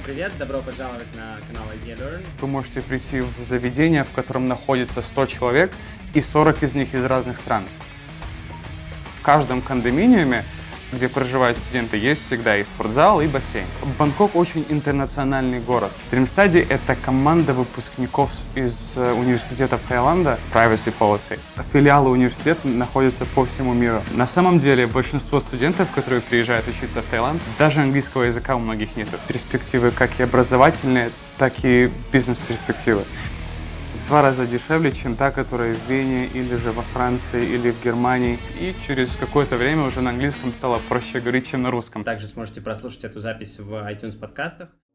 привет! Добро пожаловать на канал IdeaLearn. Вы можете прийти в заведение, в котором находится 100 человек, и 40 из них из разных стран. В каждом кондоминиуме, где проживают студенты, есть всегда и спортзал, и бассейн. Бангкок очень интернациональный город. Dream Study — это команда выпускников из университетов Таиланда, Privacy Policy. Филиалы университета находятся по всему миру. На самом деле, большинство студентов, которые приезжают учиться в Таиланд, даже английского языка у многих нет. Перспективы как и образовательные, так и бизнес-перспективы. В 2 раза дешевле, чем та, которая в Вене, или же во Франции, или в Германии. И через какое-то время уже на английском стало проще говорить, чем на русском. Также сможете прослушать эту запись в iTunes подкастах.